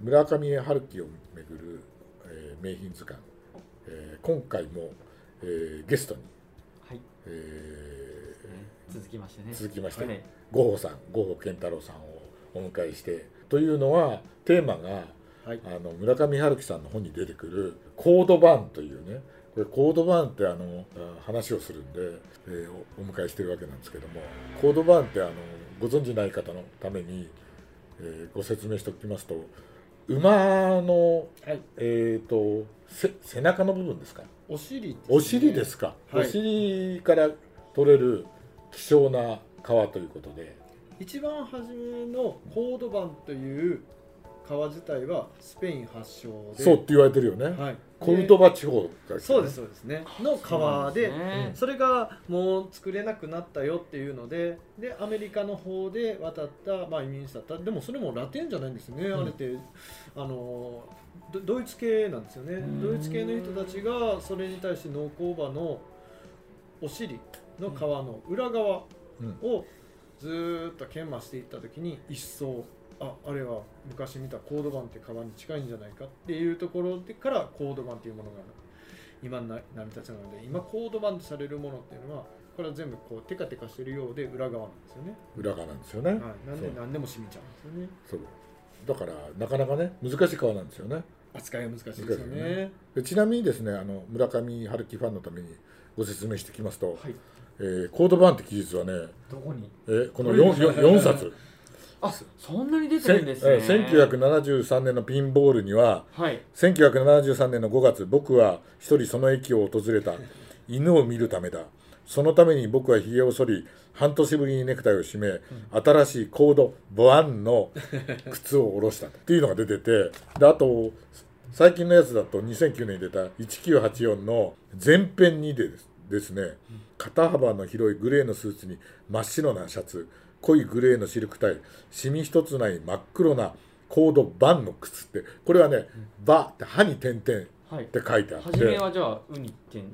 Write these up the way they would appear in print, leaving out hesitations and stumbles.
村上春樹をめぐる、名品図鑑、今回も、ゲストに、 はい、続きまして、 はい、郷保健太郎さんをお迎えしてというのはテーマが、はい、村上春樹さんの本に出てくるコード版というね、これコード版って話をするんで、お迎えしてるわけなんですけども、コード版ってご存じない方のために、ご説明しておきますと、馬の、はい、背中の部分ですか、 お尻ですね、 お尻ですか、はい、お尻から取れる希少な皮ということで、 一番初めのコードバンという皮自体はスペイン発祥で、 そうって言われてるよね、はい、コルドバ地方だっけ、 そうですねの皮で、それがもう作れなくなったよっていうので、アメリカの方で渡った、移民者だった。でもそれもラテンじゃないんですね、あれってドイツ系なんですよね。ドイツ系の人たちがそれに対して農耕馬のお尻の皮の裏側をずっと研磨していった時に、一層あれは昔見たコードバンって皮に近いんじゃないかっていうところでからコードバンっていうものが今に成り立ちなので、今コードバンとされるものっていうのはこれは全部こうテカテカしてるようで裏側なんですよね。 裏側なんですよね、はい、 なんで何でも染みちゃうんですよね。 そうだからなかなかね難しい皮なんですよね。 扱いが難しいですよね。 でちなみにですね、村上春樹ファンのためにご説明してきますと、はい、コードバンって記述はね、 どこにこの 4冊そんなに出てるんですね。 1973年のピンボールには、はい、1973年の5月、僕は一人その駅を訪れた。犬を見るためだ。そのために僕はひげを剃り、半年ぶりにネクタイを締め、新しいコードボアンの靴を下ろしたっていうのが出てて、であと最近のやつだと2009年に出た1984の前編にですね、肩幅の広いグレーのスーツに真っ白なシャツ、濃いグレーのシルクタイ、シミ一つない真っ黒なコードバンの靴って、これはね、バって歯に点々って書いてあって、 初めはじゃあウニ点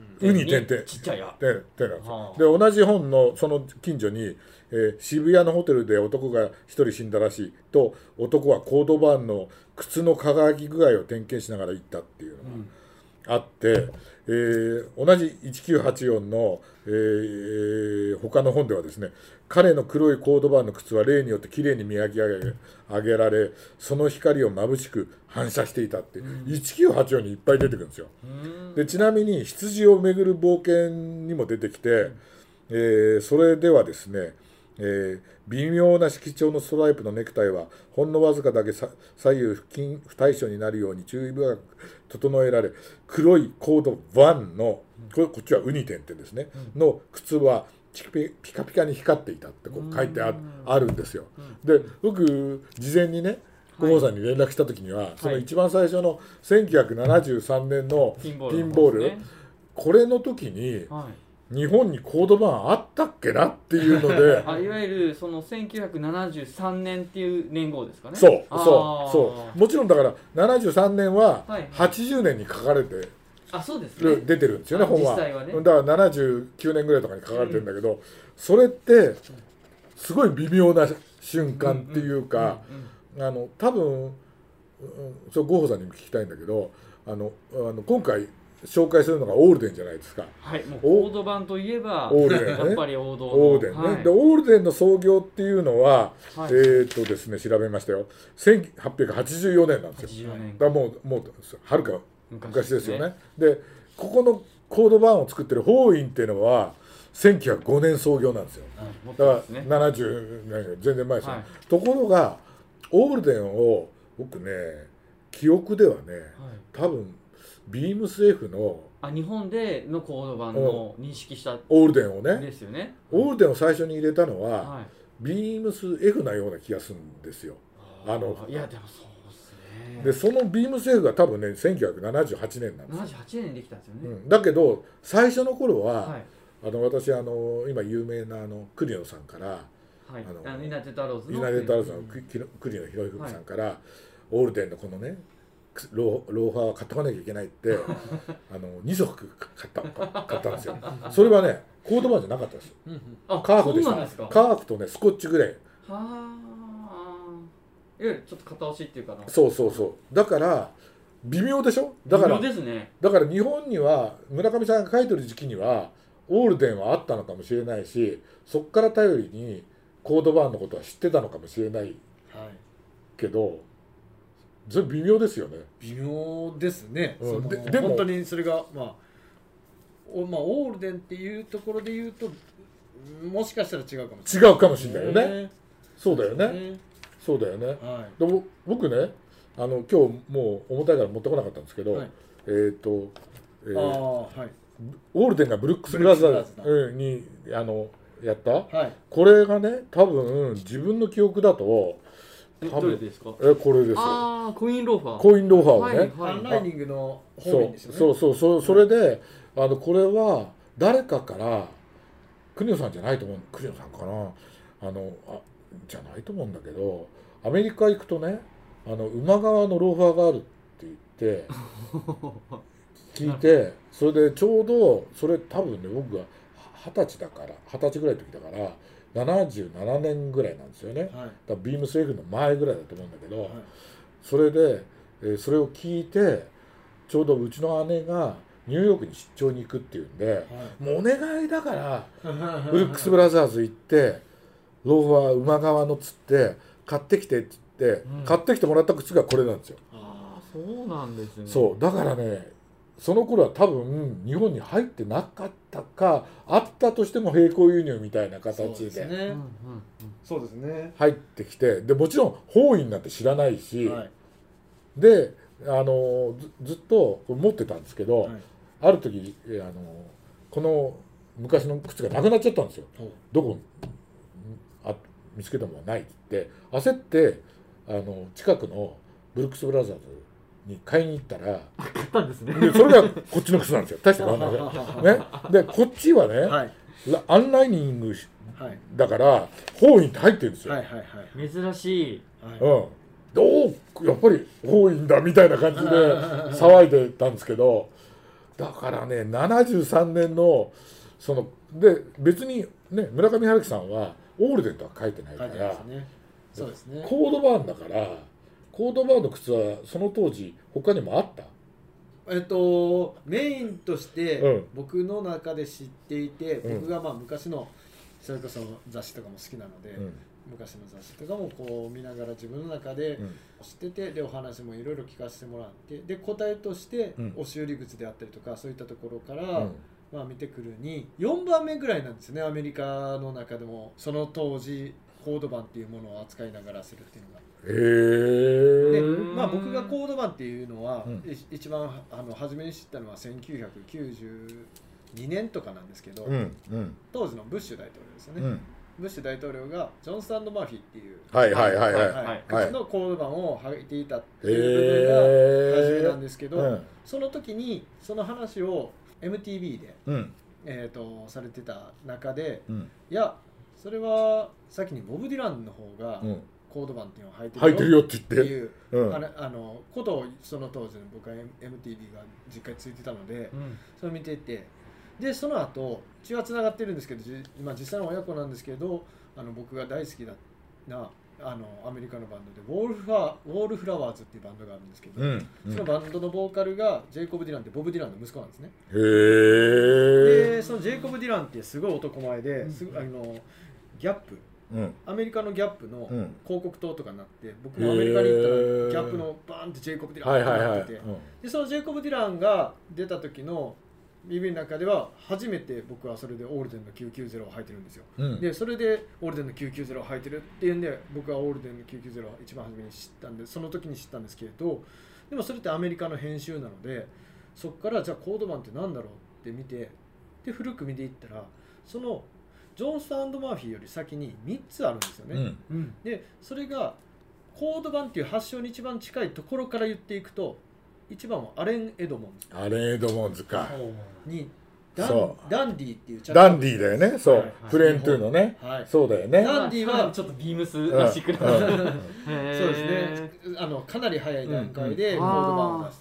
々ちっちゃいやで同じ本のその近所に、渋谷のホテルで男が一人死んだらしいと、男はコードバンの靴の輝き具合を点検しながら行ったっていうのがあって、同じ1984の、他の本ではですね、彼の黒いコードバンの靴は例によってきれいに磨き上げられ、その光を眩しく反射していたって、1984にいっぱい出てくるんですよ。でちなみに羊をめぐる冒険にも出てきて、それではですね、微妙な色調のストライプのネクタイはほんのわずかだけ左右不対称になるように注意深く整えられ、黒いコード1のこっちはウニ点々ですね、の靴はピカピカに光っていたってこう書いてあるんですよ。で僕事前にね郷保さんに連絡した時には、その一番最初の1973年のピンボール、これの時に、日本にコードバンあったっけなっていうのでいわゆるその1973年っていう年号ですかね。 そうもちろんだから73年は80年に書かれて出てるんですよね、本は。だから79年ぐらいとかに書かれてるんだけど、それってすごい微妙な瞬間っていうか、多分郷保さんにも聞きたいんだけど、今回紹介するのがオールデンじゃないですか。 はい、もうコード版といえばオールデン、 ね、やっぱり王道のオールデンね、はい、でオールデンの創業っていうのは、はい、ですね、調べましたよ。1884年なんですよ。だからもうはるか昔ですよね。でここのコード版を作ってる法院っていうのは1905年創業なんですよ。だから70年全然前ですよ、はい、ところがオールデンを僕ね、記憶ではね、多分ビームス F の日本でのコード版の認識したオールデンをね、 ですよね。 オールデンを最初に入れたのは、ビームス F なような気がするんですよ。 いやでもそうですね。 でそのビームス F が多分ね1978年なんですよ。 78年にできたんですよね、 だけど最初の頃は、私今有名な栗野さんから、 ユナイテッドアローズの栗野博文さんから、オールデンのこのねローファーは買っとかなきゃいけないって2足買ったんですよ。それはねコードバンじゃなかったですよ。カーフでした。カーフとねスコッチグレーゆるちょっと片押しっていうかな。 そうそうそう。だから微妙でしょ。だから微妙ですね。 だから日本には村上さんが書いてる時期にはオールデンはあったのかもしれないし、そこから頼りにコードバーンのことは知ってたのかもしれないはい、 けど、それ微妙ですよね。 微妙ですね、 うんでも本当にそれが、まあオールデンっていうところで言うともしかしたら違うかもしれない。 違うかもしれないよね。そうだよね。 ね、 そうだよね。 はで僕ね、今日もう重たいから持ってこなかったんですけど、 はい、 えーはい、 オールデンがブルックス・ブラザーズにやった、はい、これがね多分自分の記憶だとどれですか？ これですよ。 ああ、コインローファー。 コインローファーをね、 はい、アンライニングの方面ですよね。 そうそれでこれは誰かから国野さんじゃないと思う、国野さんかな、じゃないと思うんだけど、アメリカ行くとね馬側のローファーがあるって言って聞いて、それでちょうどそれ多分ね僕が20歳ぐらいの時だから77年ぐらいなんですよね、はい、だからビームス F の前ぐらいだと思うんだけど、はい、それで、それを聞いてちょうどうちの姉がニューヨークに出張に行くっていうんで、はい、もうお願いだからブルックス・ブラザーズ行ってローファー馬側のつって買ってきてって言って、買ってきてもらった靴がこれなんですよ。 ああ、そうなんですね。 そうだからね、その頃は多分日本に入ってなかったか、あったとしても並行輸入みたいな形で入ってきて、でもちろん法院なんて知らないし、はい、でずっと持ってたんですけど、はい、ある時この昔の靴がなくなっちゃったんですよ。どこ見つけたものはないって焦って近くのブルックス・ブラザーズに買いに行ったら、 買ったんですね。 でそれがこっちの靴なんですよ。大して変わらないね。でこっちはね、はい、アンライニングだから法院って入ってるんですよ。 珍しい。 やっぱり法院だみたいな感じで騒いでたんですけど、だからね73年ので別にね村上春樹さんはオールデンとは書いてないから、 そうですね、 コードバーンだから、コードバーンの靴はその当時他にもあった？ メインとして僕の中で知っていて、僕が昔のそれこそ雑誌とかも好きなので、昔の雑誌とかもこう見ながら自分の中で知ってて、でお話もいろいろ聞かせてもらって、で答えとして押し売り靴であったりとかそういったところから、見てくるに4番目ぐらいなんですね、アメリカの中でもその当時コードバンっていうものを扱いながらするっていうのが。で僕がコードバンっていうのは、一番初めに知ったのは1992年とかなんですけど、当時のブッシュ大統領ですよね、ブッシュ大統領がジョンス&マーフィーっていう靴のコードバンを履いていたっていう部分が初めなんですけど、その時にその話を MTV で、されてた中で、いやそれは先にボブ・ディランの方がコードバンっていうのを履いてるよって言っていうことをその当時の僕は MTV が実家についてたので、それを見ていて、でその後血はつながってるんですけど、実際の親子なんですけど、僕が大好きなアメリカのバンドでウォールフラワーズっていうバンドがあるんですけど、そのバンドのボーカルがジェイコブ・ディランってボブ・ディランの息子なんですね。でそのジェイコブ・ディランってすごい男前で、ギャップ、アメリカのギャップの広告塔とかになって、僕もアメリカに行ったらギャップのバーンってジェイコブ・ディランってなってて、でそのジェイコブ・ディランが出た時の耳の中では初めて僕はそれでオールデンの990を履いてるんですよ、でそれでオールデンの990を履いてるっていうんで、僕はオールデンの990を一番初めに知ったんで、その時に知ったんですけれど、でもそれってアメリカの編集なので、そこからじゃあコードバンって何だろうって見て、で古く見ていったら、そのジョンス&マーフィーより先に3つあるんですよね、でそれがコードバンっていう発祥に一番近いところから言っていくと、1番はアレン・エドモンズかにダンディっていうダンディだよね、そう、プレーントゥーのね、そうだよね。 ダンディはちょっとビームスらしくなる、そうですね、かなり早い段階でコードバンを出して、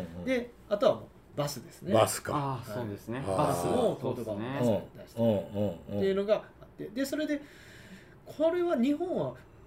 であとはもうバスですね。 バスか。 そうですね。 バスもコードバンを出してっていうのがあって、でそれでこれは日本は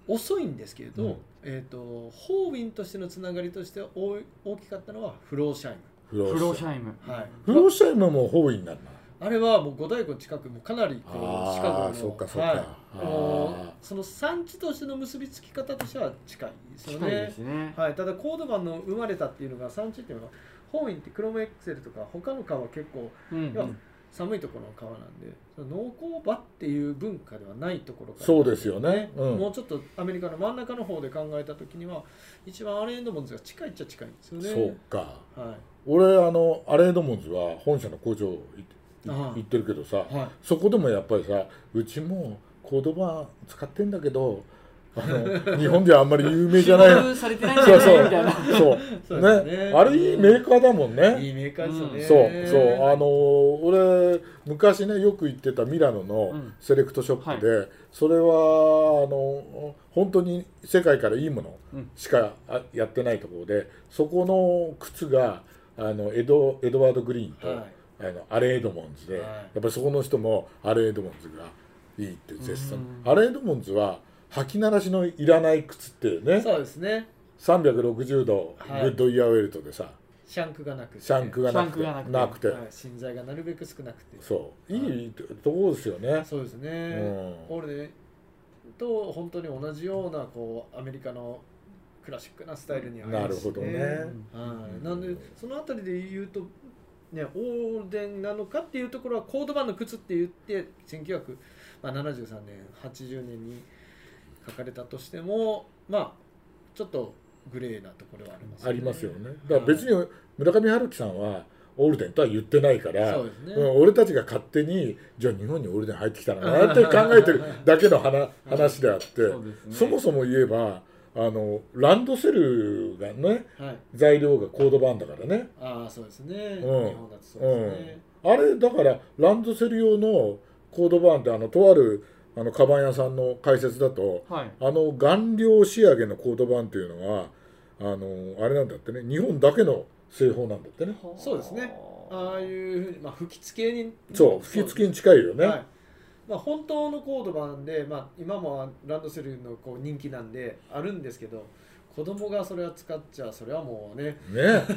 遅いんですけれど、 うんホーウィンとしてのつながりとして大きかったのはフローシャイフローシャイム、 ム、 フローシャイムもホーイになるな。 あれはもう五大湖近くもかなりこうシカゴのそうかそうか、 その産地としての結びつき方としては近いですよね。 近いですね。 はい、ただコードバンの生まれたっていうのが産地っていうのがホーウィンってクロムエクセルとか他の川は結構、寒いところの川なんで農耕場っていう文化ではないところから、 そうですよね、 もうちょっとアメリカの真ん中の方で考えた時には一番アレンドモンズが近いっちゃ近いんですよね。 そうか、 はい、 俺アレンドモンズは本社の工場行ってるけどさ、そこでもやっぱりさ、うちもコードバン使ってんだけど日本ではあんまり有名じゃないされてないんだよねみたいな。 そうね、あれいいメーカーだもんね。 いいメーカーですよね。 そう俺昔ねよく行ってたミラノのセレクトショップで、それは本当に世界からいいものしかやってないところで、そこの靴がエドワード・グリーンと、アレン・エドモンズで、やっぱりそこの人もアレン・エドモンズがいいって絶賛。アレン・エドモンズは履き慣らしのいらない靴ってね、 そうですね、 360度グッドイヤーウェルトでさ、 シャンクがなくて、 芯材がなるべく少なくて、 そういいところですよね。 そうですね、俺と本当に同じようなこうアメリカのクラシックなスタイルに合いますしね。 なるほどね。 なんでそのあたりで言うとね、オールデンなのかっていうところはコードバンの靴って言って1973年80年に書かれたとしても、ちょっとグレーなところはありますよね。 ありますよね。だから別に村上春樹さんはオールデンとは言ってないから、 そうですね、 俺たちが勝手にじゃあ日本にオールデン入ってきたらなって考えてるだけの話であって、そもそも言えばランドセルがね、材料がコードバンだからね。 そうですね、日本だとそうですね、 あれだからランドセル用のコードバンってとあるカバン屋さんの解説だと、顔料仕上げのコードバンっていうのはあれなんだってね、日本だけの製法なんだってね。 そうですね、ああいうふうに、吹き付けに、 吹き付けに近いよね。 本当のコードバンで、今もランドセルのこう人気なんであるんですけど、子供がそれは使っちゃそれはもうね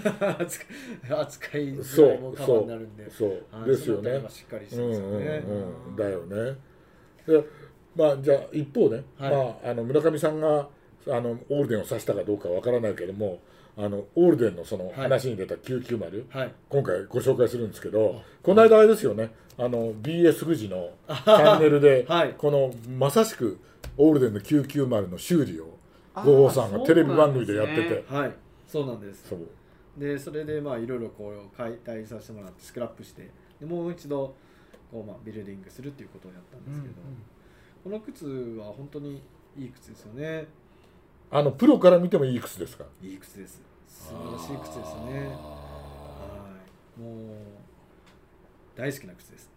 扱いづらいもカバンになるんで、 そうですよね。 しっかりしてますよね。 だよね。じゃあ一方ね、村上さんがオールデンを指したかどうかわからないけども、オールデンのその話に出た990、今回ご紹介するんですけど、この間あれですよね、BS 富士のチャンネルで、このまさしくオールデンの990の修理を五王さんがテレビ番組でやってて、 そうなんです。でそれでいろいろこう解体させてもらってスクラップしてでもう一度こうビルディングするっていうことをやったんですけど、この靴は本当にいい靴ですよね。 プロから見てもいい靴ですか？ いい靴です。素晴らしい靴ですね。もう大好きな靴です。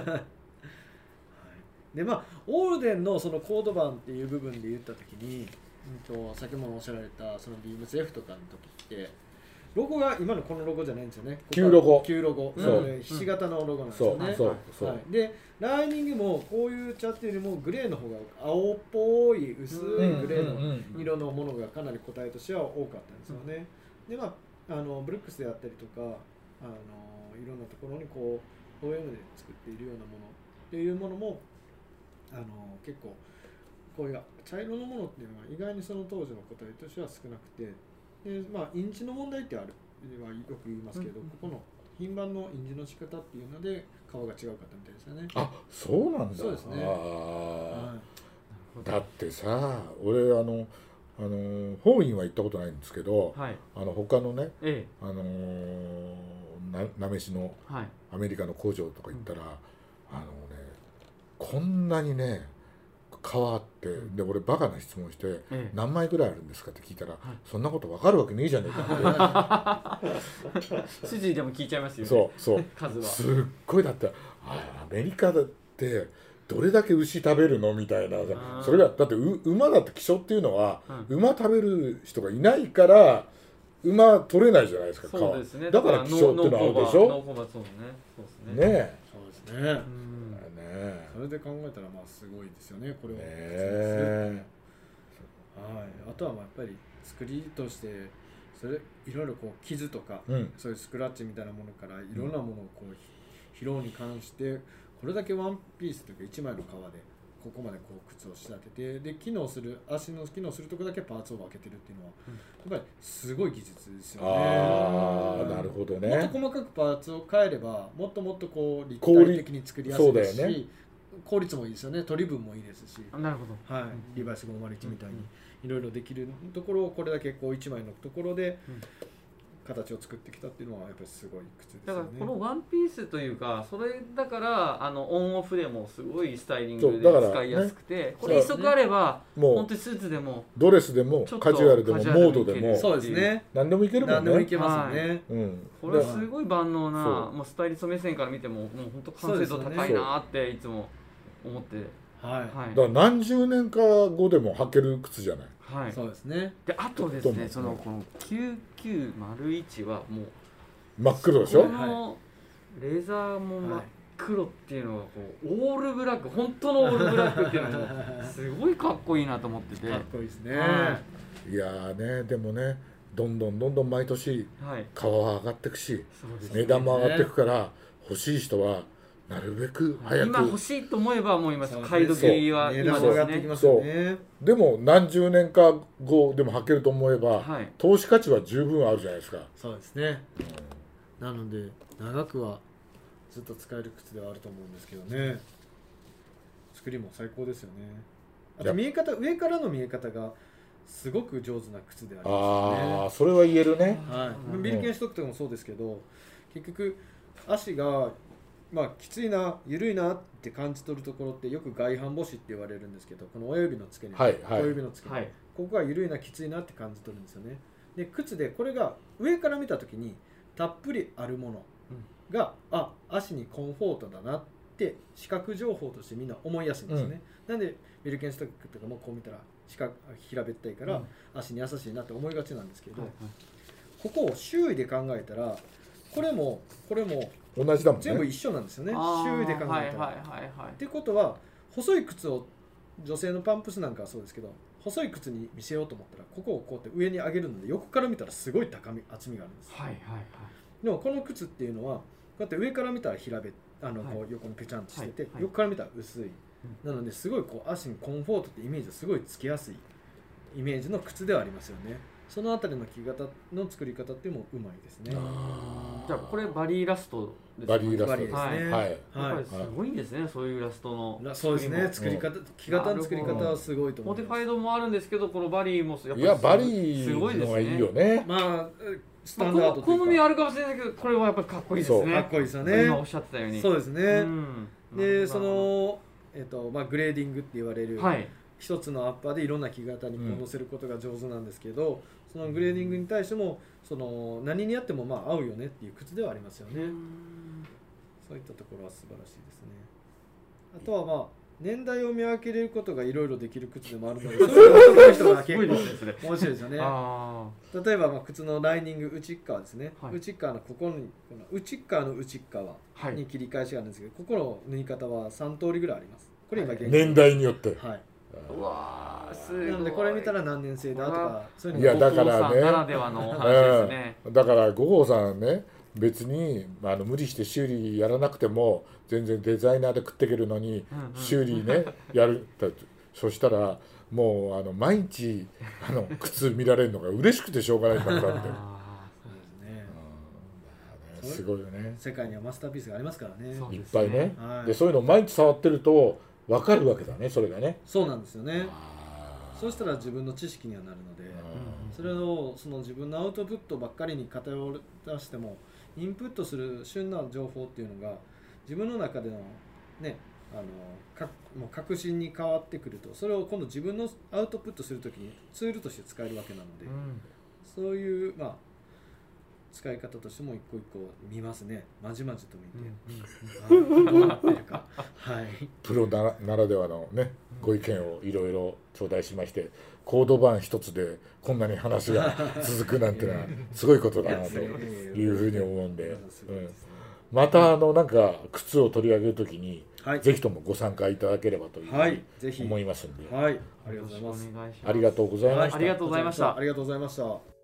でオールデンのそのコードバンっていう部分で言った時に、先ほどおっしゃられたそのビームス F とかの時ってロゴが今のこのロゴじゃないんですよね。 旧ロゴ。 ひし形のロゴなんですよね。でライニングもこういう茶っていうよりもグレーの方が青っぽい薄いグレーの色のものがかなり個体としては多かったんですよね。でブルックスであったりとかいろんなところにこう OM で作っているようなものっていうものも結構こういう茶色のものっていうのは意外にその当時の個体としては少なくて、でインチの問題ってあるはよく言いますけど、ここの品番の印字の仕方っていうので顔が違うかったみたいですよね。 そうなんだ。 そうですね。 だってさ、俺ホーインは行ったことないんですけど、他のね、なめしのアメリカの工場とか行ったら、こんなにね革あって、で俺バカな質問して、何枚ぐらいあるんですかって聞いたら、そんなこと分かるわけねえじゃねえかって筋でも聞いちゃいますよね。 そう数はすっごい。だってアメリカだってどれだけ牛食べるのみたいな。それがだって馬だって希少っていうのは、馬食べる人がいないから馬取れないじゃないですか。 そうですね。 だから希少っていうのはあるでしょ。 そうですね。 そうですね。それで考えたらすごいですよね、これを。 とはまあやっぱり作りとしてそれいろいろこう傷とか、そういうスクラッチみたいなものからいろんなものをこう疲労に関してこれだけワンピースというか1枚の皮でここまでこう靴を仕立ててで機能する足の機能するところだけパーツを分けてるっていうのは、やっぱりすごい技術ですよね。 ああなるほどね。 もっと細かくパーツを変えればもっともっとこう立体的に作りやすいですし、そうだよね、効率もいいですよね。取り分もいいですし、 なるほど、 はい、リバイス501みたいにいろいろできるところをこれだけこう1枚のところで形を作ってきたっていうのはやっぱりすごい靴ですよね。 だからこのワンピースというかそれだからオンオフでもすごいスタイリングで使いやすくて、ね、これ一足あれば本当にスーツでもドレスでもカジュアルでもモードでもそうですね、 何でもいけるもんね。 何でもいけますよね、 はいこれはすごい万能なもうスタイリスト目線から見てももう本当完成度高いなっていつも思って、 はい、 だから何十年か後でも履ける靴じゃない。 はい、 そうですね。 であとですねこの9901はもう真っ黒でしょ。 このレザーも真っ黒っていうのがこうオールブラック本当のオールブラックっていうのもすごいかっこいいなと思っててかっこいいですね、 いやーねでもねどんどん毎年皮は上がっていくし、値段も上がっていくから欲しい人はなるべく早く今欲しいと思えばもう今買い時は今ですね。 でも何十年か後でも履けると思えば、投資価値は十分あるじゃないですか。 そうですね、なので長くはずっと使える靴ではあると思うんですけどね。作りも最高ですよね。あと見え方、上からの見え方がすごく上手な靴でありますよね。 ああそれは言えるね。 はい、ビルケンストックとかもそうですけど結局足がまあきついな緩いなって感じ取るところってよく外反母趾って言われるんですけどこの親指の付け根、小指の付け根、ここが緩いなきついなって感じ取るんですよね。で靴でこれが上から見た時にたっぷりあるものが、足にコンフォートだなって視覚情報としてみんな思いやすいんですよね、なんでビルケンストックとかもこう見たら平べったいから足に優しいなって思いがちなんですけど、ここを周囲で考えたらこれも同じだもんね。 全部一緒なんですよね。周囲で考えたら。ってことは細い靴を女性のパンプスなんかはそうですけど細い靴に見せようと思ったらここをこうやって上に上げるので横から見たらすごい厚みがあるんです。でもこの靴っていうのはこうやって上から見たらこう横にペチャンとしてて、横から見たら薄い、なのですごいこう足にコンフォートってイメージがすごいつきやすいイメージの靴ではありますよね。そのあたりの着方の作り方っていうのもうまいですね。 じゃあこれバリーラストですね。 バリーラストですね。 やっぱりすごいんですね、そういうイラストの。 そうですね。作り方、着方の作り方はすごいと思います。 モテファイドもあるんですけど、このバリーもやっぱりいやバリーのがいいよね。 まあスタンダードというか。 好みあるかもしれないけど、これはやっぱりかっこいいですね。 かっこいいですよね。 今おっしゃってたように。 そうですね。でそのグレーディングって言われる。一つのアッパーでいろんな着方に乗せることが上手なんですけど、そのグレーディングに対してもその何にやってもまあ合うよねっていう靴ではありますよね。そういったところは素晴らしいですね。あとはまあ年代を見分けることがいろいろできる靴でもあるので、そういう人が結構面白いですよね。例えばまあ靴のライニング内側ですね。内側のここに内側の内側に切り返しがあるんですけど、ここの縫い方は3通りぐらいあります。これ今年代によって。 はい。 うわすごい。 なのでこれ見たら何年生だとかそういうのいやだからね。 ならではの話ですね。 だから五号さんね別に無理して修理やらなくても全然デザイナーで食っていけるのに修理ねやるそしたらもう毎日靴見られるのが嬉しくてしょうがないんだからって。すごいよね。 世界にはマスターピースがありますからね。 いっぱいね。でそういうのを毎日触ってると分かるわけだね、それがね。 そうなんですよね。そうしたら自分の知識にはなるので、それをその自分のアウトプットばっかりに偏らしてもインプットする旬な情報っていうのが自分の中でのねもう確信に変わってくると、それを今度自分のアウトプットするときにツールとして使えるわけなので、そういう使い方としても一個一個見ますね。まじまじと見て、どうなってるか、 プロならではのねご意見をいろいろ頂戴しまして、コード版一つでこんなに話が続くなんてのはすごいことだなというふうに思うんで、またなんか靴を取り上げるときにぜひともご参加いただければというふうに思いますんで、 はい、ありがとうございます。 ありがとうございました。 ありがとうございました。 ありがとうございました。